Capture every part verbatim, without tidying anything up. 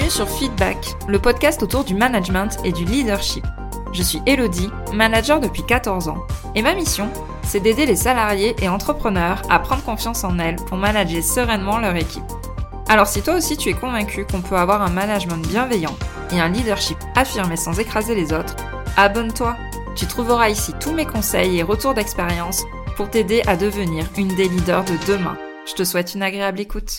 Bienvenue sur Feedback, le podcast autour du management et du leadership. Je suis Elodie, manager depuis quatorze ans, et ma mission, c'est d'aider les salariés et entrepreneurs à prendre confiance en elles pour manager sereinement leur équipe. Alors si toi aussi tu es convaincu qu'on peut avoir un management bienveillant et un leadership affirmé sans écraser les autres, abonne-toi. Tu trouveras ici tous mes conseils et retours d'expérience pour t'aider à devenir une des leaders de demain. Je te souhaite une agréable écoute.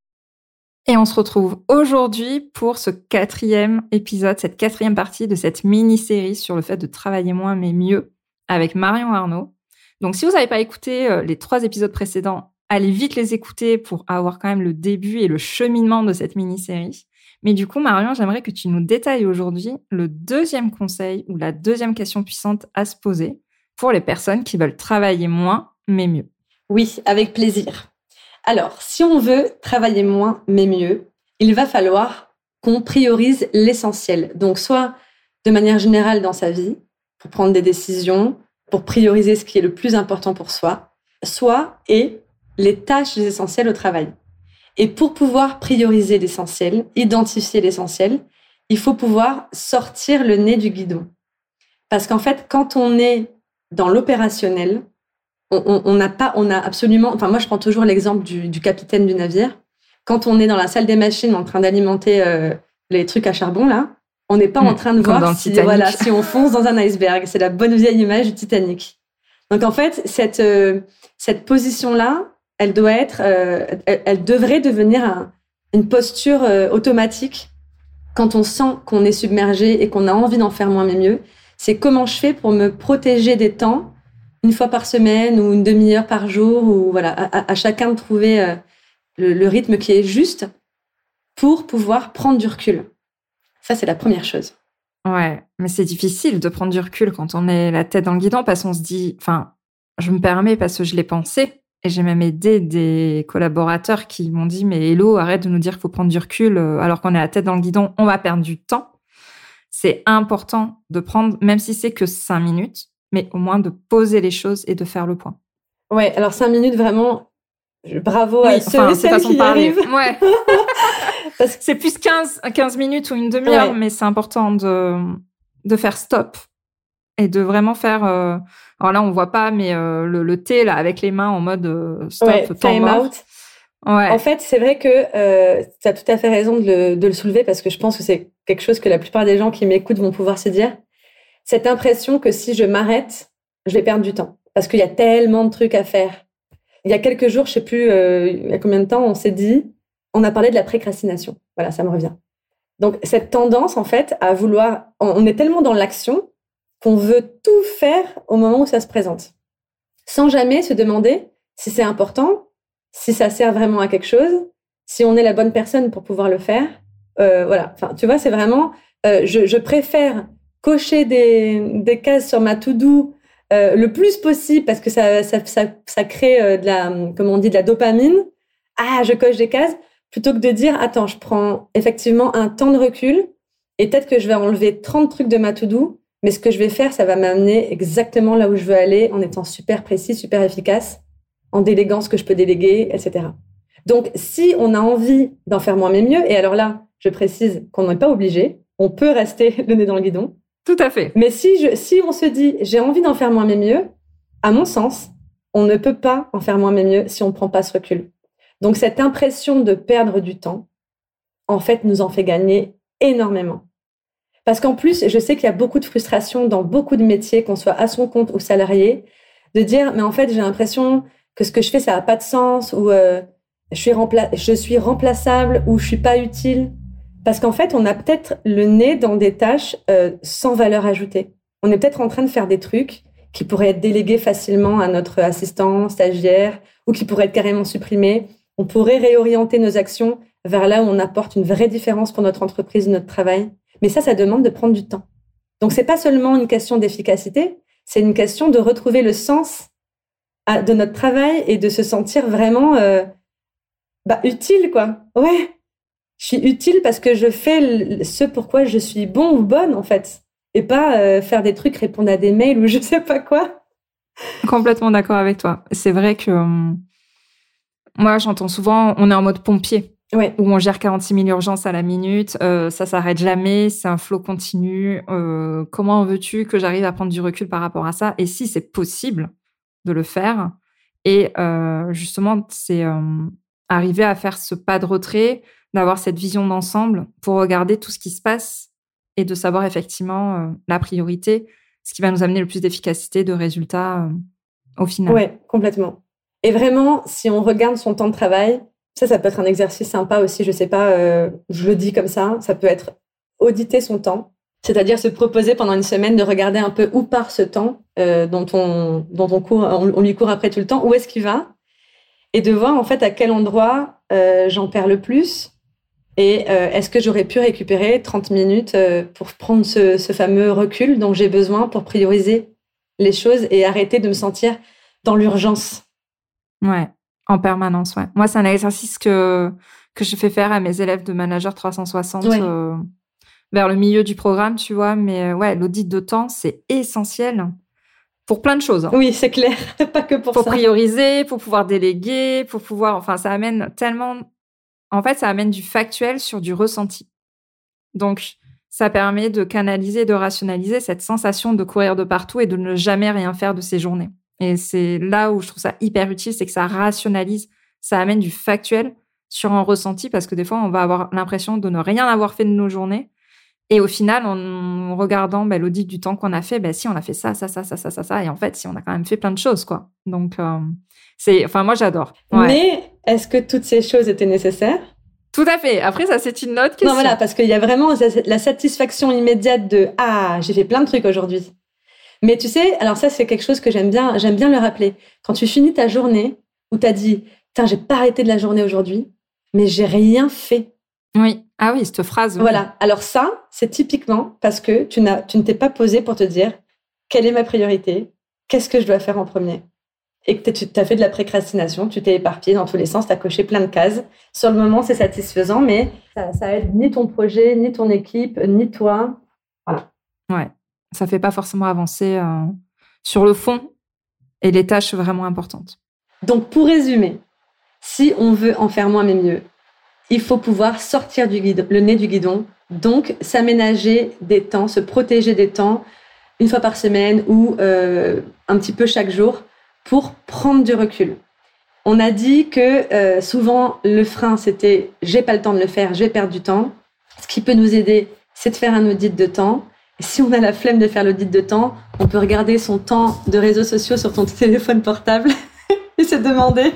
Et on se retrouve aujourd'hui pour ce quatrième épisode, cette quatrième partie de cette mini-série sur le fait de travailler moins mais mieux avec Marion Arnaud. Donc si vous n'avez pas écouté les trois épisodes précédents, allez vite les écouter pour avoir quand même le début et le cheminement de cette mini-série. Mais du coup, Marion, j'aimerais que tu nous détailles aujourd'hui le deuxième conseil ou la deuxième question puissante à se poser pour les personnes qui veulent travailler moins mais mieux. Oui, avec plaisir. Alors, si on veut travailler moins mais mieux, il va falloir qu'on priorise l'essentiel. Donc, soit de manière générale dans sa vie, pour prendre des décisions, pour prioriser ce qui est le plus important pour soi, soit et les tâches essentielles au travail. Et pour pouvoir prioriser l'essentiel, identifier l'essentiel, il faut pouvoir sortir le nez du guidon. Parce qu'en fait, quand on est dans l'opérationnel, on n'a pas, on a absolument. Enfin, moi, je prends toujours l'exemple du, du capitaine du navire. Quand on est dans la salle des machines en train d'alimenter euh, les trucs à charbon, là, on n'est pas mmh, en train de voir si, voilà, si on fonce dans un iceberg. C'est la bonne vieille image du Titanic. Donc, en fait, cette, euh, cette position-là, elle doit être, euh, elle, elle devrait devenir un, une posture euh, automatique quand on sent qu'on est submergé et qu'on a envie d'en faire moins mais mieux. C'est comment je fais pour me protéger des temps une fois par semaine ou une demi-heure par jour, ou voilà, à, à chacun de trouver euh, le, le rythme qui est juste pour pouvoir prendre du recul. Ça, c'est la première chose. Ouais, mais c'est difficile de prendre du recul quand on est la tête dans le guidon parce qu'on se dit, enfin, je me permets parce que je l'ai pensé et j'ai même aidé des collaborateurs qui m'ont dit, mais Hello, arrête de nous dire qu'il faut prendre du recul alors qu'on est la tête dans le guidon, on va perdre du temps. C'est important de prendre, même si c'est que cinq minutes, mais au moins de poser les choses et de faire le point. Ouais, alors cinq minutes, vraiment, bravo oui, à ceux enfin, et celles qui y arrivent. Ouais. Parce que c'est plus quinze, quinze minutes ou une demi-heure, ouais. Mais c'est important de, de faire stop et de vraiment faire... Euh... Alors là, on voit pas, mais euh, le, le T, là, avec les mains en mode euh, stop, ouais, time mort. out. Ouais. En fait, c'est vrai que euh, tu as tout à fait raison de le, de le soulever parce que je pense que c'est quelque chose que la plupart des gens qui m'écoutent vont pouvoir se dire. Cette impression que si je m'arrête, je vais perdre du temps. Parce qu'il y a tellement de trucs à faire. Il y a quelques jours, je sais plus euh, il y a combien de temps, on s'est dit, on a parlé de la précrastination. Voilà, ça me revient. Donc, cette tendance, en fait, à vouloir... On est tellement dans l'action qu'on veut tout faire au moment où ça se présente. Sans jamais se demander si c'est important, si ça sert vraiment à quelque chose, si on est la bonne personne pour pouvoir le faire. Euh, voilà. Enfin, tu vois, c'est vraiment... Euh, je, je préfère... cocher des, des cases sur ma to-do euh, le plus possible parce que ça, ça, ça, ça crée euh, de la, comment on dit, de la dopamine. Ah, je coche des cases. Plutôt que de dire, attends, je prends effectivement un temps de recul et peut-être que je vais enlever trente trucs de ma to-do, mais ce que je vais faire, ça va m'amener exactement là où je veux aller en étant super précis, super efficace, en déléguant ce que je peux déléguer, et cetera. Donc, si on a envie d'en faire moins mais mieux, et alors là, je précise qu'on n'est pas obligé, on peut rester le nez dans le guidon. Tout à fait. Mais si, je, si on se dit, j'ai envie d'en faire moins mais mieux, à mon sens, on ne peut pas en faire moins mais mieux si on ne prend pas ce recul. Donc, cette impression de perdre du temps, en fait, nous en fait gagner énormément. Parce qu'en plus, je sais qu'il y a beaucoup de frustration dans beaucoup de métiers, qu'on soit à son compte ou salarié, de dire, mais en fait, j'ai l'impression que ce que je fais, ça n'a pas de sens, ou euh, je suis rempla- je suis remplaçable, ou je ne suis pas utile. Parce qu'en fait, on a peut-être le nez dans des tâches euh, sans valeur ajoutée. On est peut-être en train de faire des trucs qui pourraient être délégués facilement à notre assistant, stagiaire, ou qui pourraient être carrément supprimés. On pourrait réorienter nos actions vers là où on apporte une vraie différence pour notre entreprise, notre travail. Mais ça, ça demande de prendre du temps. Donc, c'est pas seulement une question d'efficacité, c'est une question de retrouver le sens à, de notre travail et de se sentir vraiment euh, bah, utile, quoi. Ouais. Je suis utile parce que je fais ce pourquoi je suis bon ou bonne, en fait. Et pas euh, faire des trucs, répondre à des mails ou je sais pas quoi. Complètement d'accord avec toi. C'est vrai que euh, moi, j'entends souvent, on est en mode pompier. Ouais. où on gère quarante-six mille urgences à la minute, euh, ça s'arrête jamais, c'est un flow continu. Euh, comment veux-tu que j'arrive à prendre du recul par rapport à ça? Et si c'est possible de le faire, et euh, justement, c'est euh, arriver à faire ce pas de retrait, d'avoir cette vision d'ensemble pour regarder tout ce qui se passe et de savoir effectivement euh, la priorité, ce qui va nous amener le plus d'efficacité, de résultats euh, au final. Ouais, complètement. Et vraiment, si on regarde son temps de travail, ça, ça peut être un exercice sympa aussi, je sais pas, euh, je le dis comme ça, ça peut être auditer son temps, c'est-à-dire se proposer pendant une semaine de regarder un peu où part ce temps euh, dont, on, dont on, court, on, on lui court après tout le temps, où est-ce qu'il va, et de voir en fait à quel endroit euh, j'en perds le plus, et euh, est-ce que j'aurais pu récupérer trente minutes euh, pour prendre ce, ce fameux recul dont j'ai besoin pour prioriser les choses et arrêter de me sentir dans l'urgence. Ouais, en permanence, ouais. Moi, c'est un exercice que, que je fais faire à mes élèves de manager trois cent soixante Ouais. euh, vers le milieu du programme, tu vois. Mais euh, ouais, l'audit de temps, c'est essentiel pour plein de choses. Hein. Oui, c'est clair, pas que pour, pour ça. Pour prioriser, pour pouvoir déléguer, pour pouvoir... Enfin, ça amène tellement... En fait, ça amène du factuel sur du ressenti. Donc, ça permet de canaliser, de rationaliser cette sensation de courir de partout et de ne jamais rien faire de ses journées. Et c'est là où je trouve ça hyper utile, c'est que ça rationalise, ça amène du factuel sur un ressenti, parce que des fois, on va avoir l'impression de ne rien avoir fait de nos journées. Et au final, en regardant bah, l'audit du temps qu'on a fait, bah, si, on a fait ça, ça, ça, ça, ça, ça, ça. Et en fait, si, on a quand même fait plein de choses, quoi. Donc, euh, c'est... Enfin, moi, j'adore. Ouais. Mais est-ce que toutes ces choses étaient nécessaires ? Tout à fait. Après, ça, c'est une autre question. Non, voilà, parce qu'il y a vraiment la satisfaction immédiate de « Ah, j'ai fait plein de trucs aujourd'hui ». Mais tu sais, alors ça, c'est quelque chose que j'aime bien, j'aime bien le rappeler. Quand tu finis ta journée, où tu as dit « Tiens, j'ai pas arrêté de la journée aujourd'hui, mais j'ai rien fait ». Oui. Ah oui, cette phrase. Oui. Voilà. Alors ça, c'est typiquement parce que tu, n'as, tu ne t'es pas posé pour te dire « Quelle est ma priorité ? Qu'est-ce que je dois faire en premier ?» Et que tu as fait de la précrastination, tu t'es éparpillé dans tous les sens, tu as coché plein de cases. Sur le moment, c'est satisfaisant, mais ça, ça aide ni ton projet, ni ton équipe, ni toi. Voilà. Ouais. Ça ne fait pas forcément avancer euh, sur le fond et les tâches vraiment importantes. Donc, pour résumer, si on veut en faire moins mais mieux, il faut pouvoir sortir du guidon, le nez du guidon, donc s'aménager des temps, se protéger des temps, une fois par semaine ou euh, un petit peu chaque jour, pour prendre du recul. On a dit que euh, souvent, le frein, c'était « j'ai pas le temps de le faire, je vais perdre du temps ». Ce qui peut nous aider, c'est de faire un audit de temps. Et si on a la flemme de faire l'audit de temps, on peut regarder son temps de réseaux sociaux sur ton téléphone portable et se demander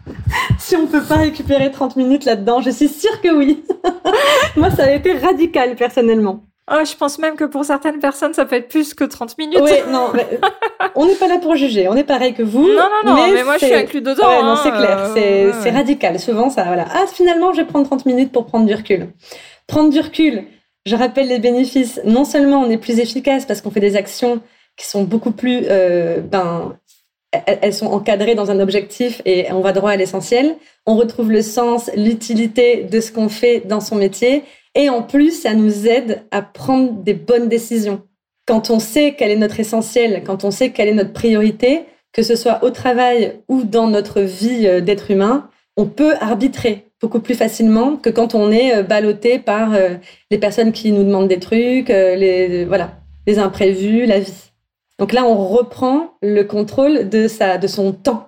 si on peut pas récupérer trente minutes là-dedans. Je suis sûre que oui. Moi, ça a été radical, personnellement. Oh, je pense même que pour certaines personnes, ça peut être plus que trente minutes. Oui, non, mais on n'est pas là pour juger. On est pareil que vous. Non, non, non, mais, mais moi, c'est... je suis inclus dedans. Ouais, hein, non, c'est clair. euh, C'est, ouais, c'est ouais. radical. Souvent, ça, voilà. Ah, finalement, je vais prendre trente minutes pour prendre du recul. Prendre du recul, je rappelle les bénéfices. Non seulement on est plus efficace parce qu'on fait des actions qui sont beaucoup plus... Euh, ben, elles sont encadrées dans un objectif et on va droit à l'essentiel. On retrouve le sens, l'utilité de ce qu'on fait dans son métier. Et en plus, ça nous aide à prendre des bonnes décisions. Quand on sait quel est notre essentiel, quand on sait quelle est notre priorité, que ce soit au travail ou dans notre vie d'être humain, on peut arbitrer beaucoup plus facilement que quand on est ballotté par les personnes qui nous demandent des trucs, les, voilà, les imprévus, la vie. Donc là, on reprend le contrôle de, sa, de son temps.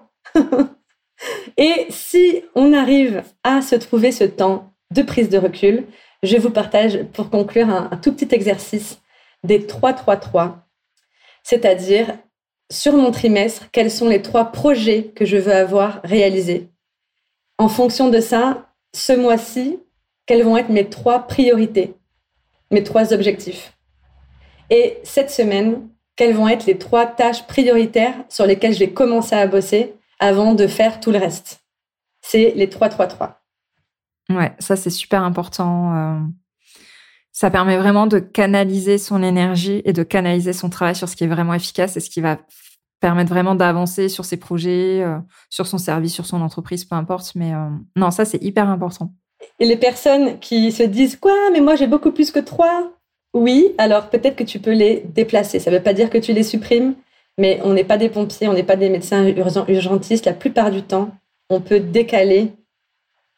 Et si on arrive à se trouver ce temps de prise de recul, je vous partage pour conclure un, un tout petit exercice des trois trois trois, c'est-à-dire sur mon trimestre, quels sont les trois projets que je veux avoir réalisés. En fonction de ça, ce mois-ci, quelles vont être mes trois priorités, mes trois objectifs. Et cette semaine, quelles vont être les trois tâches prioritaires sur lesquelles je vais commencer à bosser avant de faire tout le reste. C'est les trois trois trois. Ouais, ça, c'est super important. Euh, ça permet vraiment de canaliser son énergie et de canaliser son travail sur ce qui est vraiment efficace et ce qui va permettre vraiment d'avancer sur ses projets, euh, sur son service, sur son entreprise, peu importe. Mais euh, non, ça, c'est hyper important. Et les personnes qui se disent « Quoi, mais moi, j'ai beaucoup plus que trois ?» Oui, alors peut-être que tu peux les déplacer. Ça ne veut pas dire que tu les supprimes, mais on n'est pas des pompiers, on n'est pas des médecins urgentistes. La plupart du temps, on peut décaler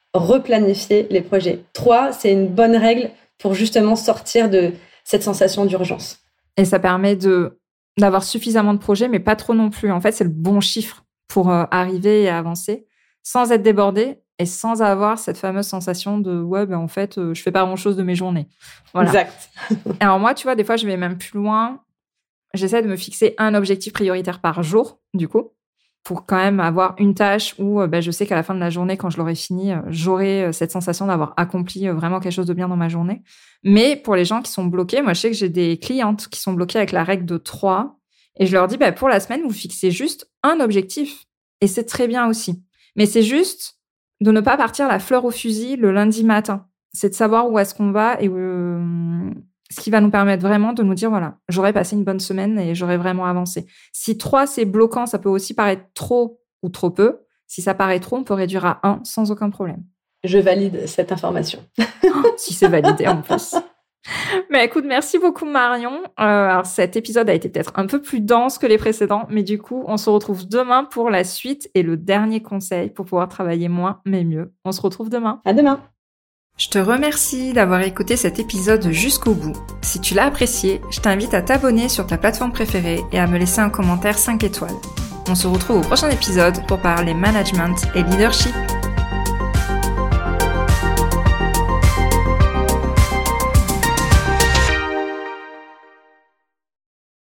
replanifier les projets. Trois, c'est une bonne règle pour justement sortir de cette sensation d'urgence. Et ça permet de, d'avoir suffisamment de projets, mais pas trop non plus. En fait, c'est le bon chiffre pour euh, arriver et avancer sans être débordé et sans avoir cette fameuse sensation de « ouais, ben en fait, euh, je fais pas grand-chose de mes journées ». Voilà. Exact. Alors moi, tu vois, des fois, je vais même plus loin. J'essaie de me fixer un objectif prioritaire par jour, du coup, pour quand même avoir une tâche où euh, ben, je sais qu'à la fin de la journée, quand je l'aurai fini, euh, j'aurai euh, cette sensation d'avoir accompli euh, vraiment quelque chose de bien dans ma journée. Mais pour les gens qui sont bloqués, moi, je sais que j'ai des clientes qui sont bloquées avec la règle de trois. Et je leur dis, ben, pour la semaine, vous fixez juste un objectif. Et c'est très bien aussi. Mais c'est juste de ne pas partir la fleur au fusil le lundi matin. C'est de savoir où est-ce qu'on va et euh, ce qui va nous permettre vraiment de nous dire, voilà, j'aurais passé une bonne semaine et j'aurais vraiment avancé. Si trois, c'est bloquant, ça peut aussi paraître trop ou trop peu. Si ça paraît trop, on peut réduire à un sans aucun problème. Je valide cette information. Si c'est validé en plus. Mais écoute, merci beaucoup Marion. Euh, alors cet épisode a été peut-être un peu plus dense que les précédents, mais du coup, on se retrouve demain pour la suite et le dernier conseil pour pouvoir travailler moins mais mieux. On se retrouve demain. À demain. Je te remercie d'avoir écouté cet épisode jusqu'au bout. Si tu l'as apprécié, je t'invite à t'abonner sur ta plateforme préférée et à me laisser un commentaire cinq étoiles. On se retrouve au prochain épisode pour parler management et leadership.